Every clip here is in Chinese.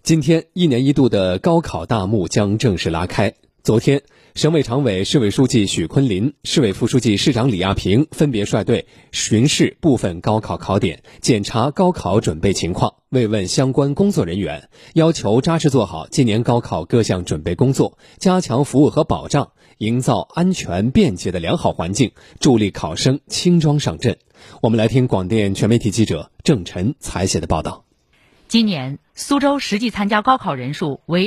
今天，一年一度的高考大幕将正式拉开。昨天，省委常委、市委书记许昆林、市委副书记、市长李亚平分别率队巡视部分高考考点，检查高考准备情况，慰问相关工作人员，要求扎实做好今年高考各项准备工作，加强服务和保障，营造安全便捷的良好环境，助力考生轻装上阵。我们来听广电全媒体记者郑晨采写的报道。 今年苏州实际参加高考人数为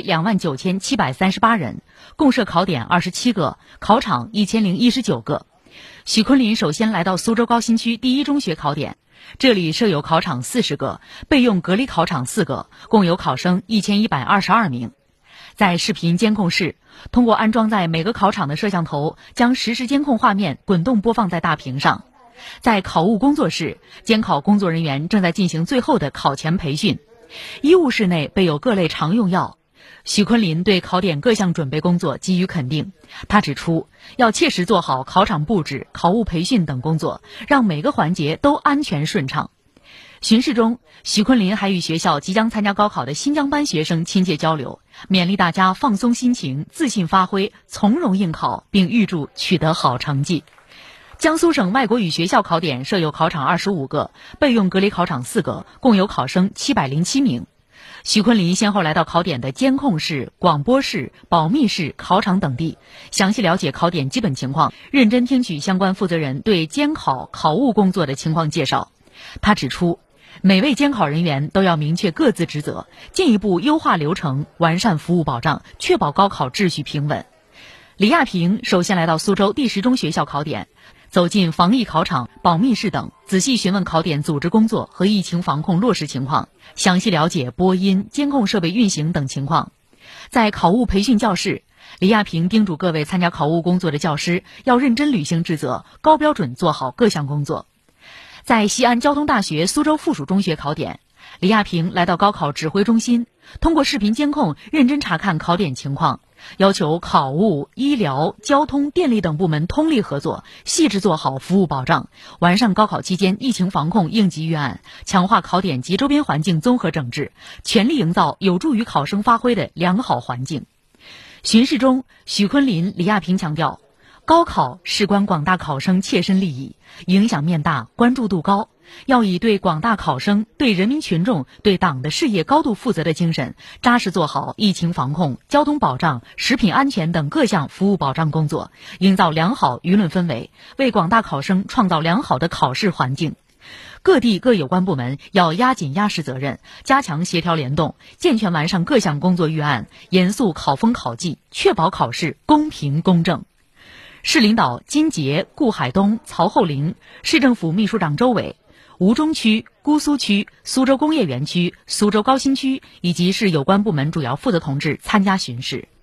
29738人，共设考点27个，考场1019个。许昆林首先来到苏州高新区第一中学考点，这里设有考场40个，备用隔离考场4个，共有考生1122名。在视频监控室，通过安装在每个考场的摄像头，将实时监控画面滚动播放在大屏上。在考务工作室，监考工作人员正在进行最后的考前培训。医务室内备有各类常用药。许昆林对考点各项准备工作给予肯定。他指出，要切实做好考场布置、考务培训等工作，让每个环节都安全顺畅。巡视中，许昆林还与学校即将参加高考的新疆班学生亲切交流，勉励大家放松心情、自信发挥、从容应考，并预祝取得好成绩。江苏省外国语学校考点设有考场25个，备用隔离考场4个，共有考生707名。许昆林先后来到考点的监控室、广播室、保密室、考场等地，详细了解考点基本情况，认真听取相关负责人对监考、考务工作的情况介绍。他指出，每位监考人员都要明确各自职责，进一步优化流程，完善服务保障，确保高考秩序平稳。李亚平首先来到苏州第10中学校考点，走进防疫考场、保密室等，仔细询问考点组织工作和疫情防控落实情况，详细了解播音、监控设备运行等情况。在考务培训教室，李亚平叮嘱各位参加考务工作的教师要认真履行职责，高标准做好各项工作。在西安交通大学苏州附属中学考点，李亚平来到高考指挥中心，通过视频监控认真查看考点情况，要求考务、医疗、交通、电力等部门通力合作，细致做好服务保障，完善高考期间疫情防控应急预案，强化考点及周边环境综合整治，全力营造有助于考生发挥的良好环境。巡视中，许昆林、李亚平强调，高考事关广大考生切身利益，影响面大，关注度高，要以对广大考生、对人民群众、对党的事业高度负责的精神，扎实做好疫情防控、交通保障、食品安全等各项服务保障工作，营造良好舆论氛围，为广大考生创造良好的考试环境。各地各有关部门要压紧压实责任，加强协调联动，健全完善各项工作预案，严肃考风考纪，确保考试公平公正。市领导金杰、顾海东、曹厚林，市政府秘书长周伟，吴中区、姑苏区、苏州工业园区、苏州高新区以及市有关部门主要负责同志参加巡视。